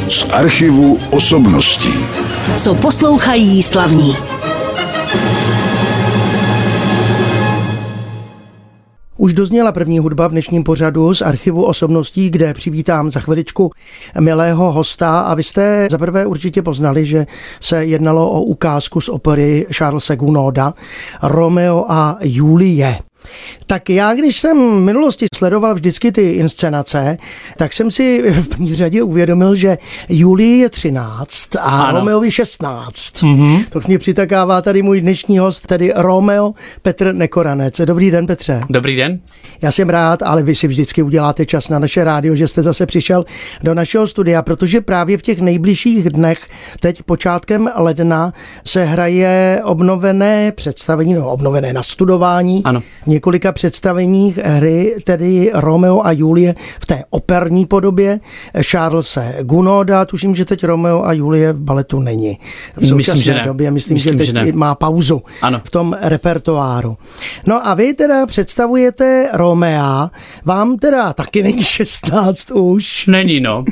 z archivu osobností. Co poslouchají slavní. Už dozněla první hudba v dnešním pořadu z archivu osobností, kde přivítám za chviličku milého hosta a vy jste zaprvé určitě poznali, že se jednalo o ukázku z opery Charlese Gounoda Romeo a Julie. Tak já, když jsem v minulosti sledoval vždycky ty inscenace, tak jsem si v první řadě uvědomil, že Julie je 13 a ano. Romeovi 16. Mm-hmm. To mě přitakává tady můj dnešní host, tedy Romeo Petr Nekoranec. Dobrý den, Petře. Dobrý den. Já jsem rád, ale vy si vždycky uděláte čas na naše rádio, že jste zase přišel do našeho studia, protože právě v těch nejbližších dnech, teď počátkem ledna, se hraje obnovené představení, obnovené nastudování. Ano. Několika představeních hry, tedy Romeo a Julie v té operní podobě Charlese Gounoda. Tuším, že teď Romeo a Julie v baletu není. V současné době myslím, že teď má pauzu v tom repertoáru. No a vy teda představujete Romea. Vám teda taky není 16 už? Není, no.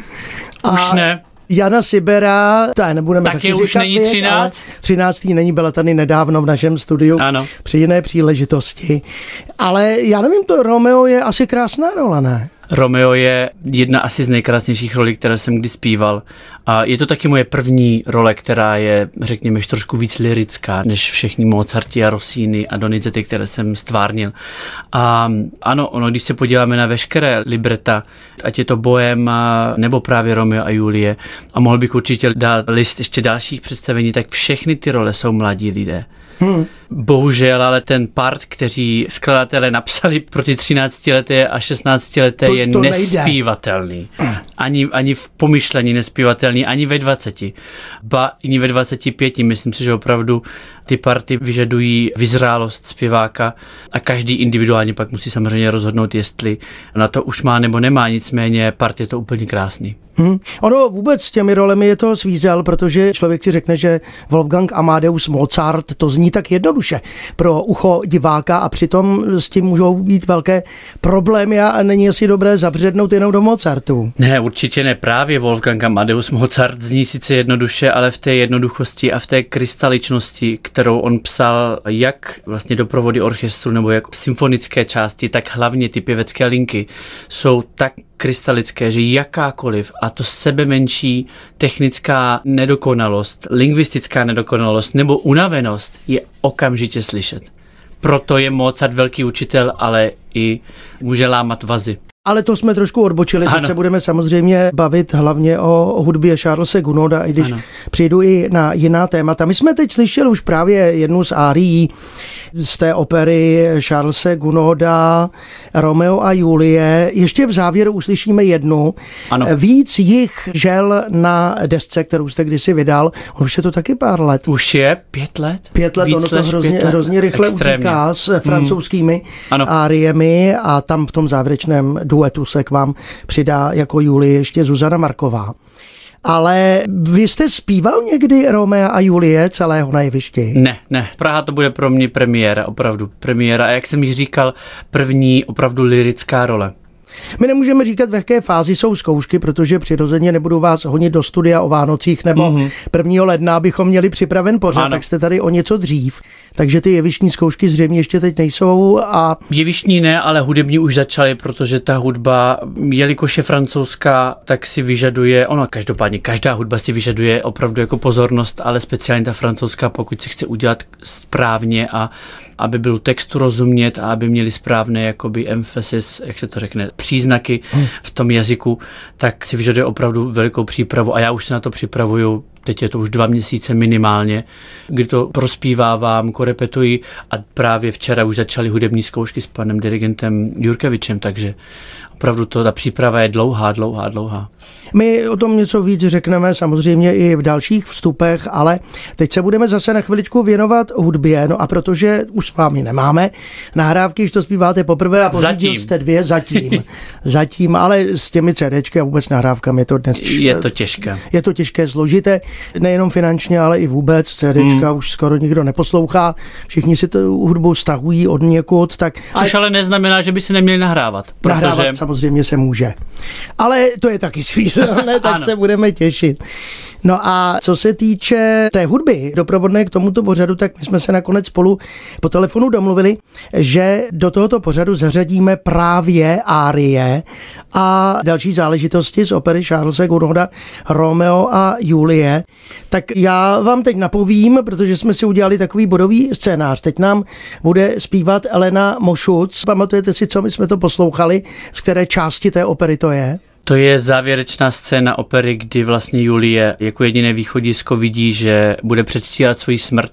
Už ne. Jana Sibera, nebudeme taky už říkat není 13. 13. není, byla tady nedávno v našem studiu při jiné příležitosti. Ale já nevím, to Romeo je asi krásná rola, ne? Romeo je jedna asi z nejkrásnějších rolí, které jsem kdy zpíval. A je to taky moje první role, která je, řekněme, trošku víc lyrická, než všechny Mozarti a Rossini a Donizetti, které jsem stvárnil. A ano, když se podíváme na veškeré libreta, ať je to Bohéma nebo právě Romeo a Julie, a mohl bych určitě dát list ještě dalších představení, tak všechny ty role jsou mladí lidé. Bohužel, ale ten part, kteří skladatelé napsali pro ty 13leté a 16leté, je nespívatelný. Ani v pomyšlení nespívatelný, ani ve 20. Ba ani ve 25. Myslím si, že opravdu ty party vyžadují vyzrálost zpěváka a každý individuálně pak musí samozřejmě rozhodnout, jestli na to už má nebo nemá, nicméně part je to úplně krásný. Ono vůbec s těmi rolemi je to svízel, protože člověk si řekne, že Wolfgang Amadeus Mozart, to zní tak jednoduše pro ucho diváka a přitom s tím můžou být velké problémy a není asi dobré zabřednout jenom do Mozartu. Ne, určitě ne. Právě Wolfgang Amadeus Mozart zní sice jednoduše, ale v té jednoduchosti a v té krystaličnosti, kterou on psal jak vlastně doprovody orchestru nebo jak symfonické části, tak hlavně ty pěvecké linky jsou tak krystalické, že jakákoliv, a to sebemenší technická nedokonalost, lingvistická nedokonalost nebo unavenost je okamžitě slyšet. Proto je Mozart velký učitel, ale i může lámat vazy. Ale to jsme trošku odbočili, teď se budeme samozřejmě bavit hlavně o hudbě Charlese Gounoda, i když přijdu i na jiná témata. My jsme teď slyšeli už právě jednu z árií z té opery Charlese Gounoda Romeo a Julie. Ještě v závěru uslyšíme jednu. Víc jich žel na desce, kterou jste kdysi vydal. Už je to taky pár let. Už je 5 let. 5 let, ono to hrozně rychle utíká s francouzskými áriemi a tam v tom závěrečném duetu se k vám přidá jako Julie ještě Zuzana Marková. Ale vy jste zpíval někdy Romea a Julie celého na jevišti? Ne. Praha to bude pro mě premiéra, opravdu premiéra. A jak jsem již říkal, první opravdu lyrická role. My nemůžeme říkat, v jaké fázi jsou zkoušky, protože přirozeně nebudu vás honit do studia o Vánocích nebo 1. ledna, abychom měli připraven pořad, tak jste tady o něco dřív. Takže ty jevištní zkoušky zřejmě ještě teď nejsou. Jevištní ne, ale hudební už začaly, protože ta hudba, jelikož je francouzská, tak si vyžaduje, každopádně každá hudba si vyžaduje opravdu jako pozornost, ale speciálně ta francouzská, pokud se chce udělat správně a aby byl textu rozumět a aby měli správné jakoby emphasis, jak se to řekne, příznaky v tom jazyku, tak si vyžaduje opravdu velikou přípravu a já už se na to připravuju. Teď je to už 2 měsíce minimálně, kdy to prospívávám, korepetuji a právě včera už začaly hudební zkoušky s panem dirigentem Jurkevičem, takže opravdu ta příprava je dlouhá. My o tom něco víc řekneme samozřejmě i v dalších vstupech, ale teď se budeme zase na chviličku věnovat hudbě, no a protože už s vámi nemáme nahrávky, když to zpíváte poprvé a pořídil jste 2 zatím, ale s těmi CDčky a vůbec nahrávkami je to dnes... Je to těžké. Je to těžké, složité. nejenom finančně, ale i vůbec. CDčka už skoro nikdo neposlouchá, všichni si tu hudbu stahují od někud. Což ale neznamená, že by si neměli nahrávat. Nahrávat samozřejmě se může. Ale to je taky svízelné, tak se budeme těšit. No a co se týče té hudby doprovodné k tomuto pořadu, tak my jsme se nakonec spolu po telefonu domluvili, že do tohoto pořadu zařadíme právě árie a další záležitosti z opery Charlese Gounoda Romeo a Julie. Tak já vám teď napovím, protože jsme si udělali takový bodový scénář. Teď nám bude zpívat Elena Mošuc. Pamatujete si, co my jsme to poslouchali? Z které části té opery to je? To je závěrečná scéna opery, kdy vlastně Julie jako jediné východisko vidí, že bude předstírat svoji smrt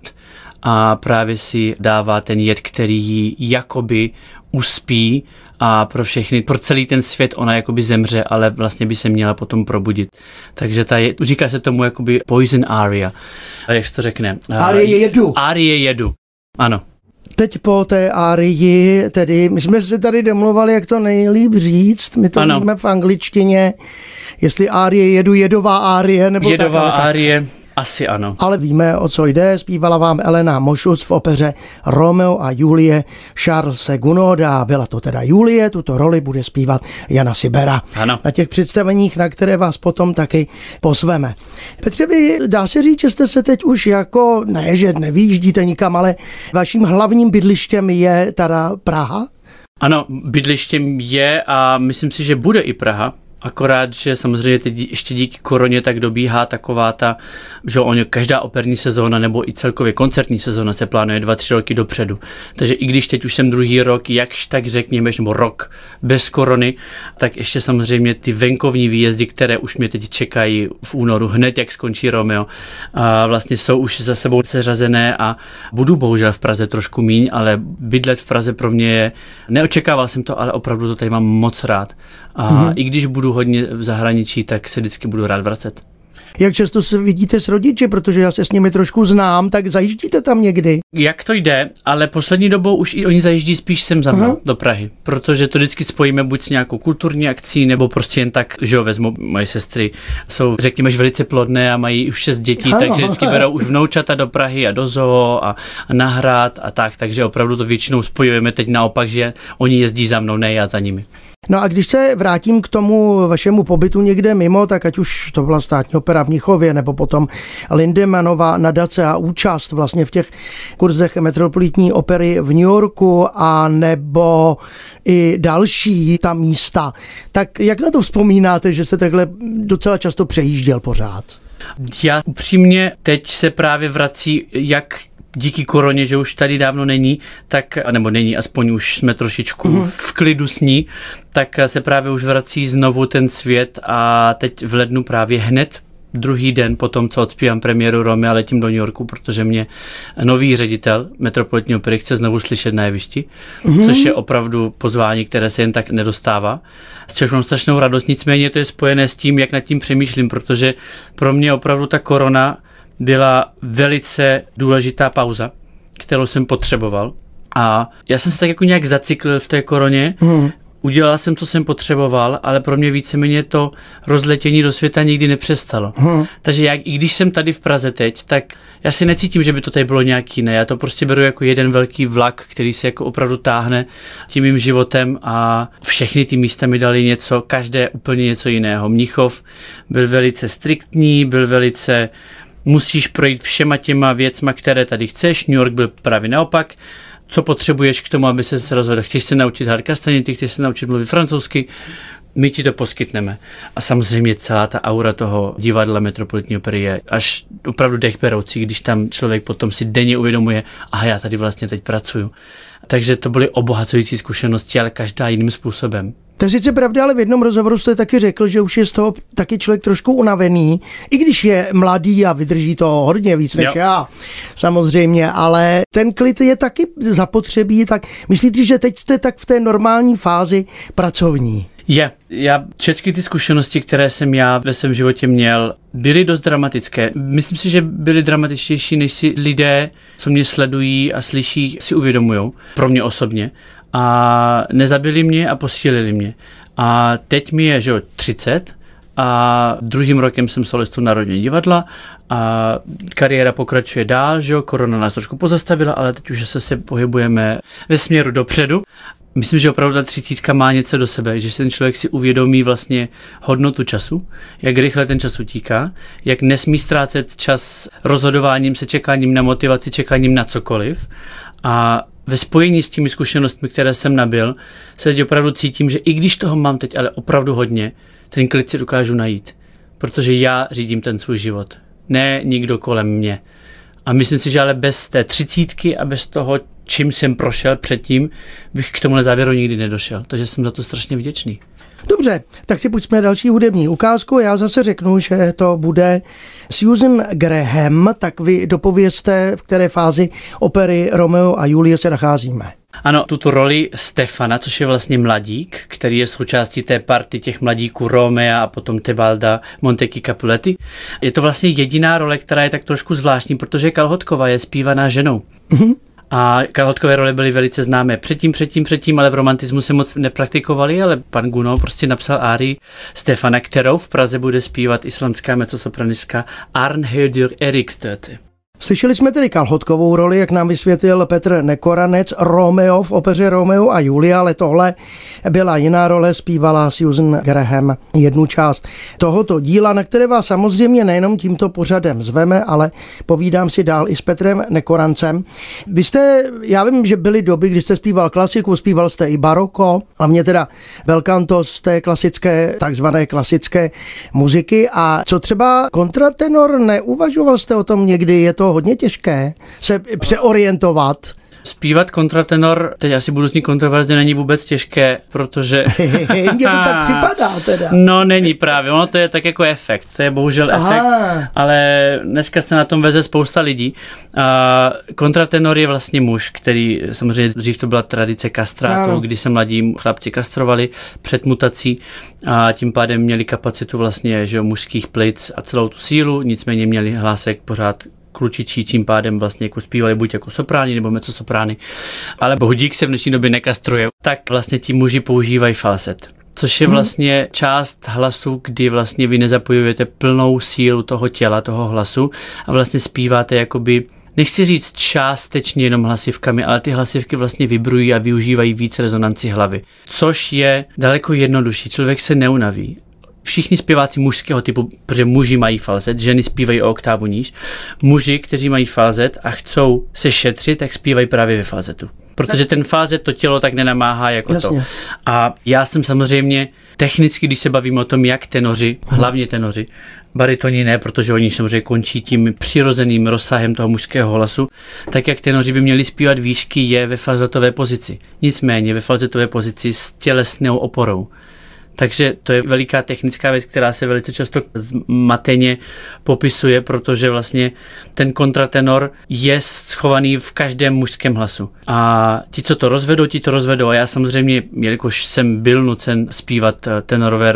a právě si dává ten jed, který ji jakoby uspí a pro celý ten svět ona jakoby zemře, ale vlastně by se měla potom probudit. Takže říká se tomu jakoby poison aria. Jak se to řekne? Arie jedu. Arie jedu, ano. Teď po té árii, tedy my jsme se tady domluvali, jak to nejlíp říct, my to víme v angličtině, jestli árie jedu, jedová árie, nebo jedová árie. Asi ano. Ale víme, o co jde. Zpívala vám Elena Mošuc v opeře Romeo a Julie Charlese Gounoda. Byla to teda Julie, tuto roli bude zpívat Jana Sibera. Ano. Na těch představeních, na které vás potom taky pozveme. Petře, vy dá se říct, že jste se teď už ne, že nevyjíždíte nikam, ale vaším hlavním bydlištěm je teda Praha? Ano, bydlištěm je a myslím si, že bude i Praha. Akorát, že samozřejmě teď ještě díky koroně tak dobíhá taková že každá operní sezóna nebo i celkově koncertní sezóna se plánuje 2-3 roky dopředu. Takže i když teď už jsem druhý rok, jakž tak řekněme, nebo rok bez korony, tak ještě samozřejmě ty venkovní výjezdy, které už mě teď čekají v únoru, hned jak skončí Romeo, a vlastně jsou už za sebou seřazené a budu bohužel v Praze trošku míň, ale bydlet v Praze pro mě je, neočekával jsem to, ale opravdu to tady mám moc rád. A i když budu hodně v zahraničí, tak se vždycky budu rád vracet. Jak často se vidíte s rodiči, protože já se s nimi trošku znám, tak zajíždíte tam někdy? Jak to jde, ale poslední dobou už i oni zajíždí spíš sem za mnou do Prahy, protože to vždycky spojíme buď s nějakou kulturní akcí, nebo prostě jen tak, že vezmu moje sestry, jsou řekněme velice plodné a mají už 6 dětí, takže vždycky berou už vnoučata do Prahy a do zoo a na hrad a tak, takže opravdu to většinou spojujeme teď naopak, že oni jezdí za mnou, ne já za nimi. No a když se vrátím k tomu vašemu pobytu někde mimo, tak ať už to byla Státní opera v Mnichově, nebo potom Lindemannova nadace a účast vlastně v těch kurzech Metropolitní opery v New Yorku a nebo i další ta místa. Tak jak na to vzpomínáte, že jste takhle docela často přejížděl pořád? Já upřímně teď se právě vrací jak díky koroně, že už tady dávno není, nebo není, aspoň už jsme trošičku v klidu s ní, tak se právě už vrací znovu ten svět a teď v lednu právě hned druhý den po tom, co odspívám premiéru Romea, letím do New Yorku, protože mě nový ředitel Metropolitní opery chce znovu slyšet na jevišti, což je opravdu pozvání, které se jen tak nedostává. S čehož mám strašnou radost, nicméně to je spojené s tím, jak nad tím přemýšlím, protože pro mě opravdu ta korona byla velice důležitá pauza, kterou jsem potřeboval. A já jsem se tak jako nějak zacyklil v té koroně, udělal jsem, co jsem potřeboval, ale pro mě víceméně to rozletění do světa nikdy nepřestalo. Takže i když jsem tady v Praze teď, tak já si necítím, že by to tady bylo nějak jiné. Já to prostě beru jako jeden velký vlak, který se jako opravdu táhne tím mým životem a všechny ty místa mi dali něco, každé úplně něco jiného. Mnichov byl velice striktní, byl velice musíš projít všema těma věcma, které tady chceš. New York byl právě naopak. Co potřebuješ k tomu, aby se rozvedl? Chceš se naučit hrát kastanety, chceš se naučit mluvit francouzsky? My ti to poskytneme. A samozřejmě celá ta aura toho divadla Metropolitní opery je až opravdu dechberoucí, když tam člověk potom si denně uvědomuje, aha, já tady vlastně teď pracuju. Takže to byly obohacující zkušenosti, ale každá jiným způsobem. To je sice pravda, ale v jednom rozhovoru jste taky řekl, že už je z toho taky člověk trošku unavený, i když je mladý a vydrží to hodně víc než já, samozřejmě, ale ten klid je taky zapotřebí, tak myslíte, že teď jste tak v té normální fázi pracovní? Já všechny ty zkušenosti, které jsem já ve svém životě měl, byly dost dramatické. Myslím si, že byly dramatičtější, než si lidé, co mě sledují a slyší, si uvědomujou. Pro mě osobně. A nezabili mě a posílili mě. A teď mi je 30 a druhým rokem jsem solistou Národního divadla a kariéra pokračuje dál, že jo, korona nás trošku pozastavila, ale teď už se pohybujeme ve směru dopředu. Myslím, že opravdu ta 30 má něco do sebe, že ten člověk si uvědomí vlastně hodnotu času, jak rychle ten čas utíká, jak nesmí ztrácet čas rozhodováním se, čekáním na motivaci, čekáním na cokoliv. A ve spojení s těmi zkušenostmi, které jsem nabyl, se teď opravdu cítím, že i když toho mám teď ale opravdu hodně, ten klid si dokážu najít, protože já řídím ten svůj život, ne nikdo kolem mě. A myslím si, že ale bez té 30 a bez toho, čím jsem prošel předtím, bych k tomuhle závěru nikdy nedošel. Takže jsem za to strašně vděčný. Dobře, tak si půjčme další hudební ukázku. Já zase řeknu, že to bude Susan Graham, tak vy dopovězte, v které fázi opery Romeo a Julie se nacházíme. Ano, tuto roli Stefana, což je vlastně mladík, který je součástí té party těch mladíků Romea a potom Tebalda, Montecchi, Capuletti. Je to vlastně jediná role, která je tak trošku zvláštní, protože Kalhotkova je zpívaná ženou. A Kalhotkové role byly velice známé předtím, ale v romantismu se moc nepraktikovali, ale pan Gounod prostě napsal árii Stefana, kterou v Praze bude zpívat islandská mezzosopranistka Arnhildur Eriksdóttir. Slyšeli jsme tedy Kalhotkovou roli, jak nám vysvětlil Petr Nekoranec, Romeo v opeře Romeo a Julia, ale tohle byla jiná role, zpívala Susan Graham jednu část tohoto díla, na které vás samozřejmě nejenom tímto pořadem zveme, ale povídám si dál i s Petrem Nekorancem. Vy jste, já vím, že byly doby, kdy jste zpíval klasiku, zpíval jste i baroko, a mě teda belcanto z té klasické, takzvané klasické muziky. A co třeba kontratenor, neuvažoval jste o tom někdy? Je to hodně těžké se přeorientovat. Zpívat kontratenor, teď asi budu znít kontroverzně, není vůbec těžké, protože... Mně to tak připadá teda. No není právě, ono to je tak jako efekt, to je bohužel efekt, ale dneska se na tom veze spousta lidí. Kontratenor je vlastně muž, který, samozřejmě dřív to byla tradice kastrátu, kdy se mladí chlapci kastrovali před mutací a tím pádem měli kapacitu vlastně, že mužských plic a celou tu sílu, nicméně měli hlásek pořád klučičí, tím pádem vlastně jako zpívali buď jako sopráni nebo mezzosoprány, ale bohudík se v dnešní době nekastruje, tak vlastně ti muži používají falset, což je vlastně část hlasu, kdy vlastně vy nezapojujete plnou sílu toho těla, toho hlasu a vlastně zpíváte jakoby, nechci říct částečně jenom hlasivkami, ale ty hlasivky vlastně vibrují a využívají víc rezonanci hlavy, což je daleko jednodušší, člověk se neunaví. Všichni zpěváci mužského typu, protože muži mají falzet, ženy zpívají o oktávu níž, muži, kteří mají falzet a chcou se šetřit, tak zpívají právě ve falzetu. Protože ten falzet to tělo tak nenamáhá jako jasně. To. A já jsem samozřejmě technicky, když se bavím o tom, jak tenoři, hlavně tenoři, baritoni ne, protože oni samozřejmě končí tím přirozeným rozsahem toho mužského hlasu, tak jak tenoři by měli zpívat výšky je ve falzetové pozici. Nicméně ve falzetové pozici s tělesnou oporou. Takže to je veliká technická věc, která se velice často zmateně popisuje, protože vlastně ten kontratenor je schovaný v každém mužském hlasu. A ti, co to rozvedou, ti to rozvedou. A já samozřejmě, jelikož jsem byl nucen zpívat tenorové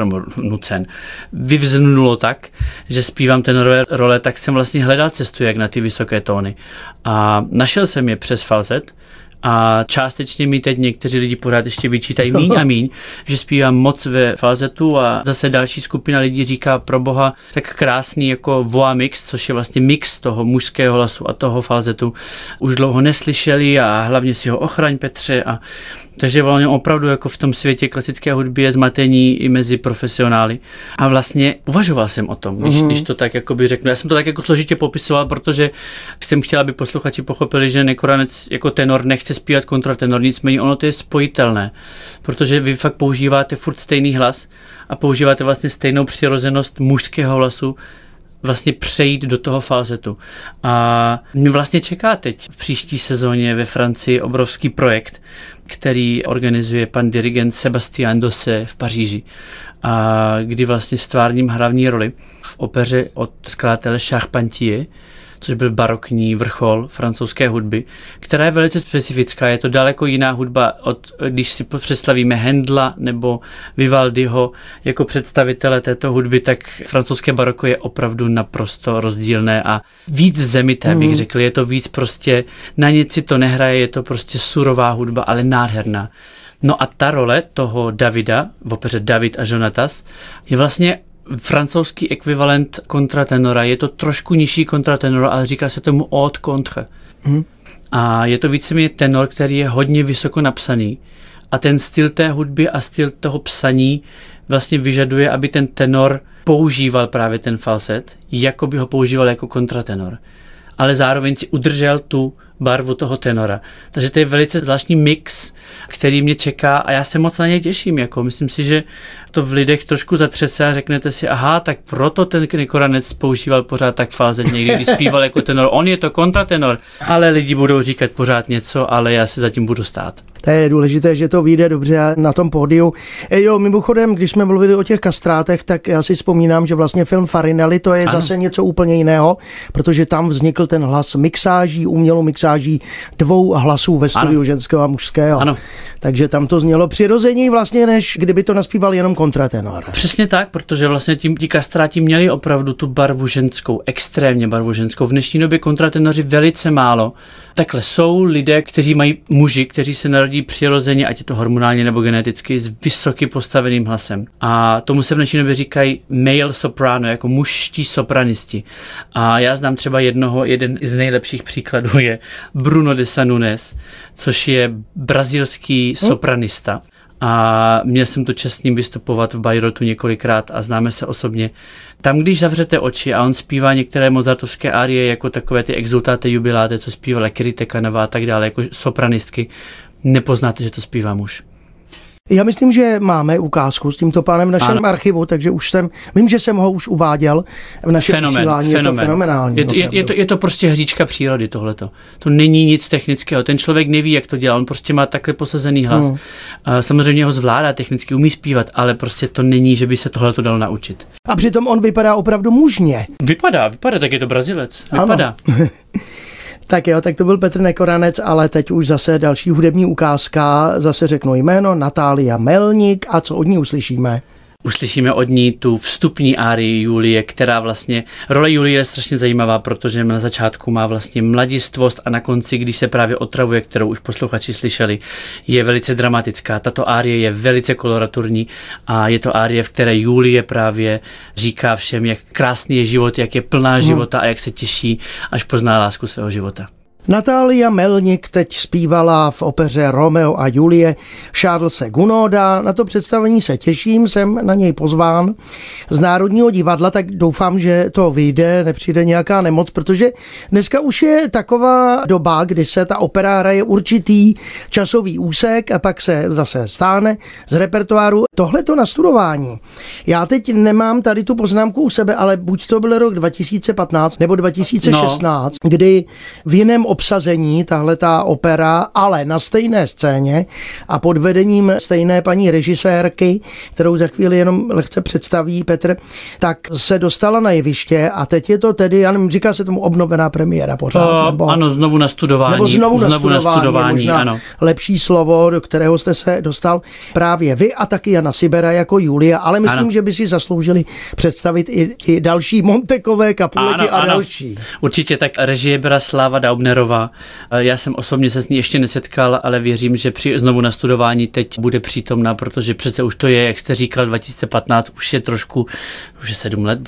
vyvznulo tak, že zpívám tenorové role, tak jsem vlastně hledal cestu, jak na ty vysoké tóny. A našel jsem je přes falzet. A částečně mi teď někteří lidi pořád ještě vyčítají míň a míň, že zpívám moc ve falzetu a zase další skupina lidí říká pro boha tak krásný jako voix mix, což je vlastně mix toho mužského hlasu a toho falzetu. Už dlouho neslyšeli a hlavně si ho ochraň, Petře. A takže vlastně opravdu jako v tom světě klasické hudby je zmatení i mezi profesionály. A vlastně uvažoval jsem o tom, když to tak jakoby řeknu. Já jsem to tak jako složitě popisoval, protože jsem chtěl, aby posluchači pochopili, že Nekoranec jako tenor nechce zpívat kontratenor, nicméně ono to je spojitelné, protože vy fakt používáte furt stejný hlas a používáte vlastně stejnou přirozenost mužského hlasu vlastně přejít do toho falzetu. A mě vlastně čeká teď v příští sezóně ve Francii obrovský projekt, který organizuje pan dirigent Sébastien Dossé v Paříži, a kdy vlastně stvárním hlavní roli v opeře od skladatele Charpentier, což byl barokní vrchol francouzské hudby, která je velice specifická. Je to daleko jiná hudba, když si představíme Händla nebo Vivaldiho jako představitele této hudby, tak francouzské baroko je opravdu naprosto rozdílné a víc zemité, bych řekl. Je to víc prostě, na nic si to nehraje, je to prostě surová hudba, ale nádherná. No a ta role toho Davida v opeře David a Jonatas je vlastně francouzský ekvivalent kontratenora. Je to trošku nižší kontratenor, ale říká se tomu haute contre. A je to víceméně tenor, který je hodně vysoko napsaný. A ten styl té hudby a styl toho psaní vlastně vyžaduje, aby ten tenor používal právě ten falset, jako by ho používal jako kontratenor. Ale zároveň si udržel tu barvu toho tenora. Takže to je velice zvláštní mix, který mě čeká a já se moc na něj těším. Myslím si, že to v lidech trošku zatřese a řeknete si, aha, tak proto ten Nekoranec používal pořád tak falzet někdy, když zpíval jako tenor. On je to kontratenor, ale lidi budou říkat pořád něco, ale já si zatím budu stát. To je důležité, že to vyjde dobře na tom pódiu. Mimochodem, když jsme mluvili o těch kastrátech, tak já si vzpomínám, že vlastně film Farinelli to je zase něco úplně jiného, protože tam vznikl ten hlas mixáží, umělou mixáží 2 hlasů ve studiu ženského a mužského. Ano. Takže tam to znělo přirozeněji vlastně, než kdyby to naspíval jenom kontratenor. Přesně tak, protože vlastně ti kastráti měli opravdu tu barvu ženskou, extrémně barvu ženskou. V dnešní době kontratenoři velice málo. Takhle jsou lidé, kteří mají muži, kteří se narodí přirozeně, ať je to hormonálně nebo geneticky, s vysoký postaveným hlasem. A tomu se v dnešní době říkají male soprano, jako mužští sopranisti. A já znám třeba jeden z nejlepších příkladů je Bruno de Sanunes, což je brazilský sopranista. A měl jsem tu čest s ním vystupovat v Bayreuthu několikrát a známe se osobně. Tam, když zavřete oči a on zpívá některé mozartovské árie, jako takové ty exultáte jubiláte, co zpívala Kirite Kanava a tak dále, jako sopranistky, nepoznáte, že to zpívá muž. Já myslím, že máme ukázku s tímto pánem v našem archivu, takže vím, že jsem ho už uváděl v našem vysílání. Je to fenomenální. Je to prostě hříčka přírody tohleto. To není nic technického. Ten člověk neví, jak to dělá. On prostě má takhle posazený hlas. Samozřejmě ho zvládá, technicky umí zpívat, ale prostě to není, že by se tohleto dalo naučit. A přitom on vypadá opravdu mužně. Vypadá, tak je to Brazilec. Vypadá. Tak jo, tak to byl Petr Nekoranec, ale teď už zase další hudební ukázka, zase řeknu jméno, Natália Melník a co od ní uslyšíme? Uslyšíme od ní tu vstupní árii Julie, která vlastně, role Julie je strašně zajímavá, protože na začátku má vlastně mladistvost a na konci, když se právě otravuje, kterou už posluchači slyšeli, je velice dramatická. Tato árie je velice koloraturní a je to árie, v které Julie právě říká všem, jak krásný je život, jak je plná života a jak se těší, až pozná lásku svého života. Natália Melník teď zpívala v opeře Romeo a Julie Charlese Gounoda. Na to představení se těším, jsem na něj pozván z Národního divadla, tak doufám, že to vyjde, nepřijde nějaká nemoc, protože dneska už je taková doba, kdy se ta opera hraje určitý časový úsek a pak se zase stáhne z repertoáru. Tohleto nastudování. Já teď nemám tady tu poznámku u sebe, ale buď to byl rok 2015 nebo 2016, kdy v jiném obsazení tahletá opera, ale na stejné scéně a pod vedením stejné paní režisérky, kterou za chvíli jenom lehce představí Petr, tak se dostala na jeviště a teď je to tedy, já nevím, říká se tomu obnovená premiéra pořád. Ano, znovu nastudování. Nebo znovu nastudování, možná ano. Lepší slovo, do kterého jste se dostal právě vy a taky Jana Sibera jako Julia, ale myslím, že by si zasloužili představit i ti další Montekové, Capuleti a další. Určitě, tak režie byla Sláva Daubnerová. Já jsem osobně se s ní ještě nesetkal, ale věřím, že při znovu nastudování teď bude přítomná, protože přece už to je, jak jste říkal, 2015, už je 7 let,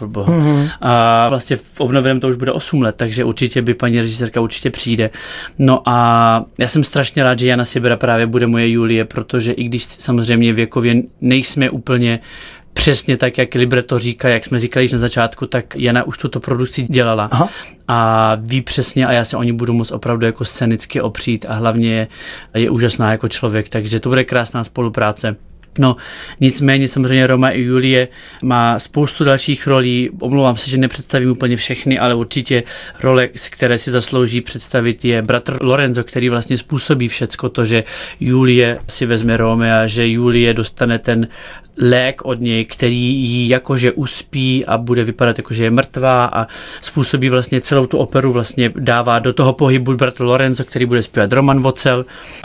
a vlastně v obnoveném to už bude 8 let, takže určitě by paní režisérka určitě přijde. No a já jsem strašně rád, že Jana Sibera právě bude moje Julie, protože i když samozřejmě věkově nejsme úplně přesně tak, jak libreto říká, jak jsme říkali již na začátku, tak Jana už tuto produkci dělala. Aha. A ví přesně a já se o ní budu moct opravdu jako scénicky opřít a hlavně je úžasná jako člověk, takže to bude krásná spolupráce. No, nicméně samozřejmě Roma i Julie má spoustu dalších rolí, omlouvám se, že nepředstavím úplně všechny, ale určitě role, které si zaslouží představit, je bratr Lorenzo, který vlastně způsobí všecko to, že Julie si vezme Romea, že Julie dostane ten lék od něj, který jí jakože uspí a bude vypadat jakože je mrtvá a způsobí vlastně celou tu operu, vlastně dává do toho pohybu bratr Lorenzo, který bude zpívat Roman Vocel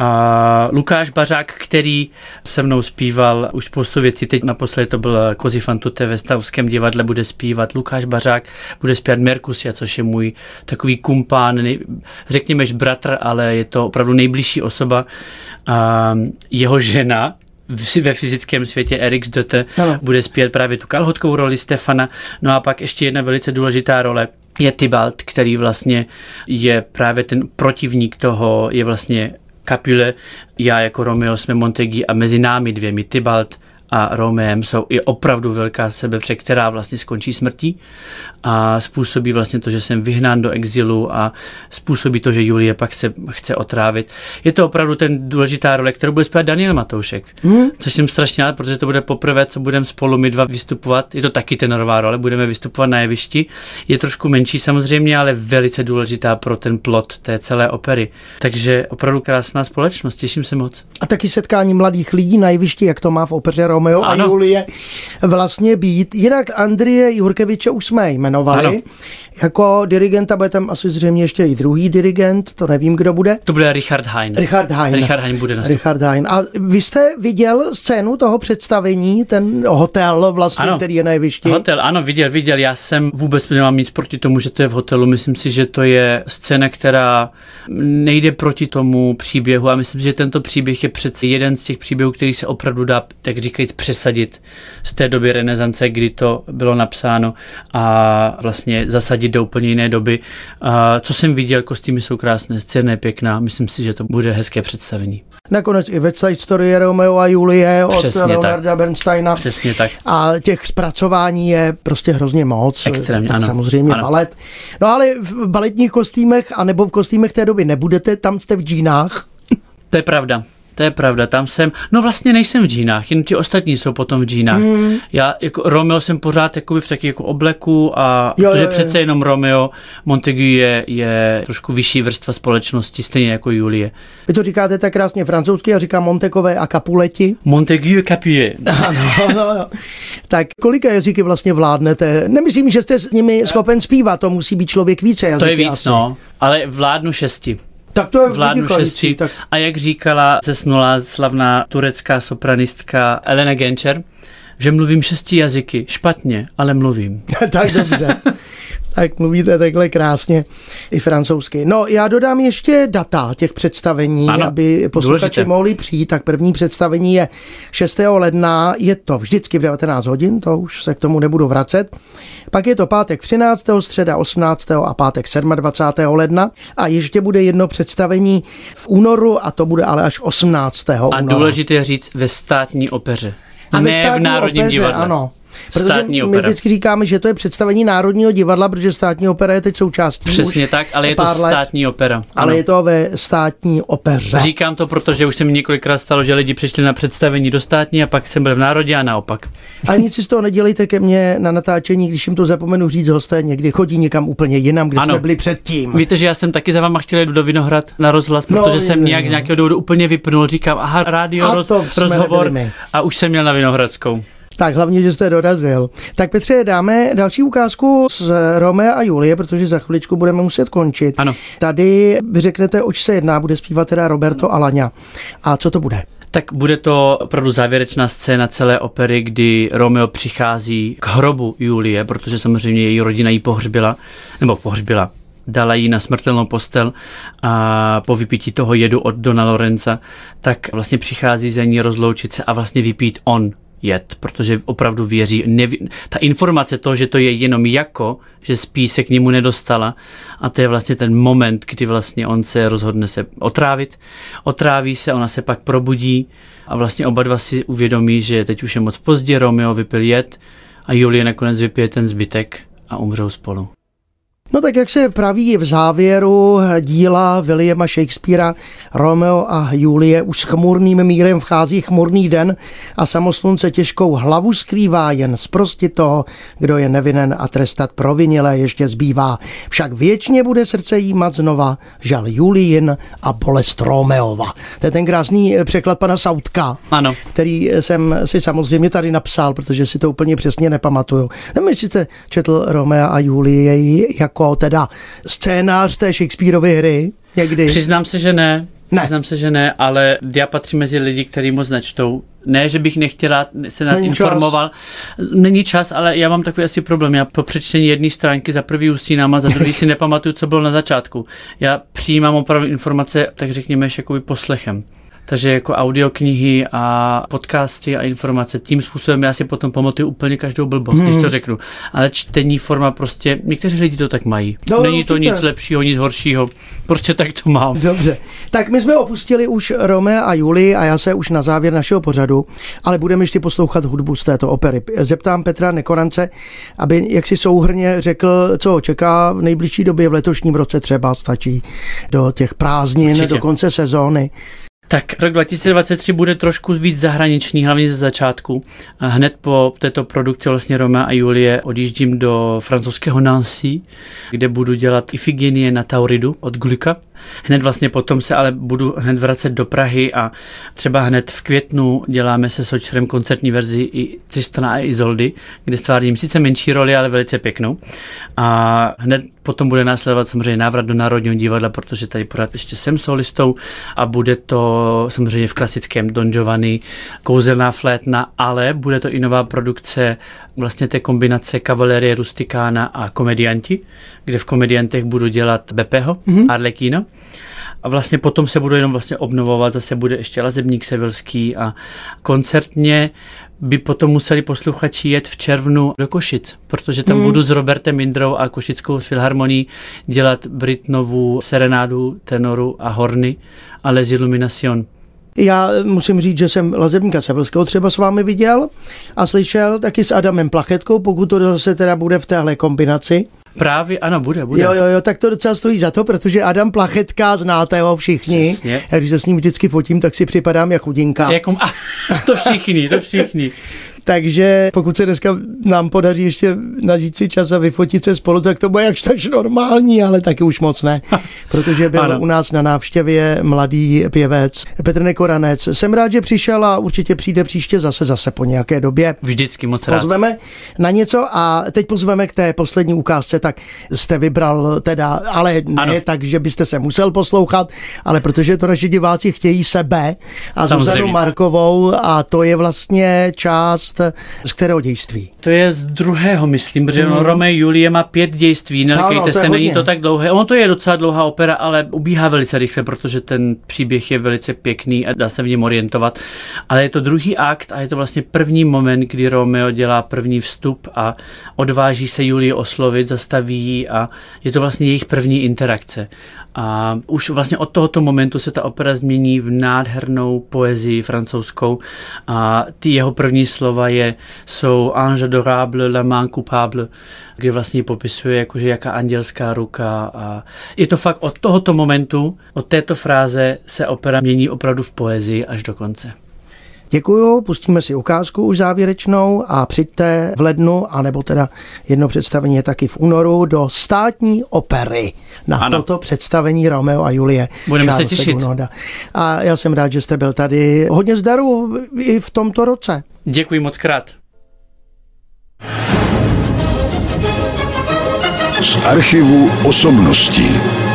a Lukáš Bařák, který se mnou zpíval už spoustu věcí, teď naposledy to byl Così fan tutte ve Stavském divadle, bude zpívat Lukáš Bařák, bude zpívat Merkusia, což je můj takový kumpán, řekněme bratr, ale je to opravdu nejbližší osoba a jeho žena ve fyzickém světě Erik Dotter bude zpívat právě tu kalhotkovou roli Stefana. No a pak ještě jedna velice důležitá role je Tybalt, který vlastně je právě ten protivník toho, je vlastně Capulet, já jako Romeo jsme Montague a mezi námi dvěmi Tybalt a Romeem je opravdu velká sebepře, která vlastně skončí smrtí a způsobí vlastně to, že jsem vyhnán do exilu a způsobí to, že Julie pak se chce otrávit. Je to opravdu ten důležitá role, kterou bude zpívat Daniel Matoušek, což jsem strašně rád, protože to bude poprvé, co budeme spolu my dva vystupovat. Je to taky tenorová role, budeme vystupovat na jevišti. Je trošku menší samozřejmě, ale velice důležitá pro ten plot té celé opery. Takže opravdu krásná společnost, těším se moc. A taky setkání mladých lidí na jevišti, jak to má v opeře Romeo a Julie vlastně být. Jinak Andreje Jurkeviče už jsme jmenovali. Jako dirigenta bude tam asi zřejmě ještě i druhý dirigent, to nevím, kdo bude. To bude Richard Hein. Richard Hein bude nastupovat. Richard Hein. A vy jste viděl scénu toho představení, ten hotel vlastně, který je na jevišti? Hotel, ano, viděl. Já jsem vůbec nemám nic proti tomu, že to je v hotelu. Myslím si, že to je scéna, která nejde proti tomu příběhu a myslím si, že tento příběh je přece jeden z těch příběhů, který se opravdu dá, tak říkajíc, přesadit z té doby renesance, kdy to bylo napsáno a vlastně zasadit do úplně jiné doby. Co jsem viděl, kostýmy jsou krásné, scéna je pěkná, myslím si, že to bude hezké představení. Nakonec i West Side Story Romeo a Julie od Leonarda Bernsteina. Přesně tak. A těch zpracování je prostě hrozně moc. Extrémně, tak ano. Samozřejmě ano. Balet. No ale v baletních kostýmech anebo v kostýmech té doby nebudete, tam jste v džínách. To je pravda, tam jsem, no vlastně nejsem v džínách, jen ti ostatní jsou potom v džínách. Já jako Romeo jsem pořád jakoby v taky jako obleku a protože přece jenom Romeo, Montague je trošku vyšší vrstva společnosti, stejně jako Julie. Vy to říkáte tak krásně francouzsky, já říkám Montekové a Capuleti. Montague Capulet. Ano. Tak kolika jazyky vlastně vládnete? Nemyslím, že jste s nimi schopen zpívat, to musí být člověk více jazyky. To je víc, asi. ale vládnu 6. Tak to je vládnu 6. Tak... A jak říkala zesnulá slavná turecká sopranistka Elena Gencer, že mluvím 6 jazyky, špatně, ale mluvím. Tak dobře. Tak mluvíte takhle krásně i francouzsky. No, já dodám ještě data těch představení, aby posluchači mohli přijít. Tak první představení je 6. ledna, je to vždycky v 19 hodin, to už se k tomu nebudu vracet. Pak je to pátek 13., středa 18. a pátek 27. ledna. A ještě bude jedno představení v únoru a to bude ale až 18. února. A důležité je říct ve státní opeře. A ne v Národním divadle. Ano. Protože my vždycky říkáme, že to je představení Národního divadla, protože státní opera je teď součástí. Přesně tak, ale je to státní opera. Ano. Ale je to ve státní opeře. Říkám to, protože už se mi několikrát stalo, že lidi přišli na představení do státní a pak jsem byl v Národě a naopak. A nic si z toho nedělejte ke mně na natáčení, když jim to zapomenu říct, hosté někdy chodí někam úplně jinam, kde jsme byli předtím. Víte, že já jsem taky za váma chtěl jít do Vinohrad na rozhlas, protože jsem nějakého důvodu úplně vypnul, říkám, aha, rádio, rozhovor a už jsem měl na Vinohradskou. Tak hlavně, že jste dorazil. Tak Petře, dáme další ukázku z Romea a Julie, protože za chviličku budeme muset končit. Ano. Tady vy řeknete, oč se jedná, bude zpívat teda Roberto Alagna. A co to bude? Tak bude to opravdu závěrečná scéna celé opery, kdy Romeo přichází k hrobu Julie, protože samozřejmě její rodina ji pohřbila, dala jí na smrtelnou postel a po vypití toho jedu od Dona Lorenza, tak vlastně přichází za ní rozloučit se a vlastně vypít on jed, protože opravdu věří. Ta informace toho, že to je jenom jako, že spí, se k němu nedostala a to je vlastně ten moment, kdy vlastně on se rozhodne se otrávit. Otráví se, ona se pak probudí a vlastně oba dva si uvědomí, že teď už je moc pozdě, Romeo vypil jed a Julie nakonec vypije ten zbytek a umřou spolu. No tak jak se praví v závěru díla Williama Shakespearea, Romeo a Julie, už s chmurným mírem vchází chmurný den a samoslunce těžkou hlavu skrývá, jen zprostit toho, kdo je nevinen a trestat provinilé ještě zbývá. Však věčně bude srdce jímat znova žal Julijin a bolest Romeova. To je ten krásný překlad pana Sautka, ano, který jsem si samozřejmě tady napsal, protože si to úplně přesně nepamatuju. Nevím, jestli jste četl Romea a Julie jako teda scénář té Shakespearovy hry někdy? Přiznám se, že ne, ale já patřím mezi lidi, kteří moc nečtou. Ne, že bych nechtěla se nás informoval. Není čas, ale já mám takový asi problém. Já po přečtení jedné stránky za prvý usínám a za druhý si nepamatuju, co bylo na začátku. Já přijímám opravdu informace, tak řekněme, jakoby poslechem. Takže jako audioknihy a podcasty a informace, tím způsobem já si potom pamatuju úplně každou blbost, když to řeknu. Ale čtení forma prostě, někteří lidi to tak mají. No, není to nic lepšího, nic horšího, prostě tak to mám. Dobře, tak my jsme opustili už Romea a Julii a já se už na závěr našeho pořadu, ale budeme ještě poslouchat hudbu z této opery. Zeptám Petra Nekorance, aby jaksi souhrnně řekl, co čeká v nejbližší době, v letošním roce třeba stačí do těch prázdnin, určitě, do konce sezóny. Tak rok 2023 bude trošku víc zahraniční, hlavně ze začátku. Hned po této produkci vlastně Romea a Julie odjíždím do francouzského Nancy, kde budu dělat Ifigenie na Tauridu od Glucka. Hned vlastně potom se ale budu hned vracet do Prahy a třeba hned v květnu děláme se Sočerem koncertní verzi i Tristana a Izoldy, kde stvárním sice menší roli, ale velice pěknou. A hned potom bude následovat samozřejmě návrat do Národního divadla, protože tady pořád ještě jsem solistou a bude to samozřejmě v klasickém Don Giovanni, Kouzelná flétna, ale bude to i nová produkce vlastně té kombinace Cavallerie Rusticana a Komedianti, kde v Komediantech budu dělat Bepeho, Arlekino. A vlastně potom se budu jenom vlastně obnovovat, zase bude ještě Lazebník sevilský a koncertně by potom museli posluchači jet v červnu do Košic, protože tam budu s Robertem Mindrou a Košickou filharmonií dělat Britnovu serenádu, tenoru a horny a Les Illuminations. Já musím říct, že jsem Lazebníka sevilského třeba s vámi viděl a slyšel taky s Adamem Plachetkou, pokud to zase teda bude v téhle kombinaci. Právě, ano, bude. Jo, tak to docela stojí za to, protože Adam Plachetka, znáte ho všichni. Přesně. A když se s ním vždycky fotím, tak si připadám jak chudinka. To všichni. Takže pokud se dneska nám podaří ještě nažít si čas a vyfotit se spolu, tak to bude jakž tak normální, ale taky už moc ne. Protože byl u nás na návštěvě mladý pěvec Petr Nekoranec. Jsem rád, že přišel a určitě přijde příště zase po nějaké době. Vždycky moc rád. Pozveme na něco a teď pozveme k té poslední ukázce, tak jste vybral teda, ale ne tak, že byste se musel poslouchat, ale protože to naši diváci chtějí sebe a Zuzanu Markovou a to je vlastně část z kterého dějství? To je z druhého, myslím, protože Romeo Julie má 5 dějství, nelekejte se, není to tak dlouhé. Ono to je docela dlouhá opera, ale ubíhá velice rychle, protože ten příběh je velice pěkný a dá se v něm orientovat. Ale je to druhý akt a je to vlastně první moment, kdy Romeo dělá první vstup a odváží se Julii oslovit, zastaví ji a je to vlastně jejich první interakce. A už vlastně od tohoto momentu se ta opera změní v nádhernou poezii francouzskou a ty jeho první slova jsou ange adorable, la main coupable, kde vlastně popisuje jakože jaká andělská ruka a je to fakt od tohoto momentu, od této fráze se opera mění opravdu v poezii až do konce. Děkuju, pustíme si ukázku už závěrečnou a přijďte v lednu, anebo teda jedno představení je taky v únoru do Státní opery na toto představení Romeo a Julie. Budeme se těšit. Gunoda. A já jsem rád, že jste byl tady. Hodně zdaru i v tomto roce. Děkuji moc krát. Z archivu osobností.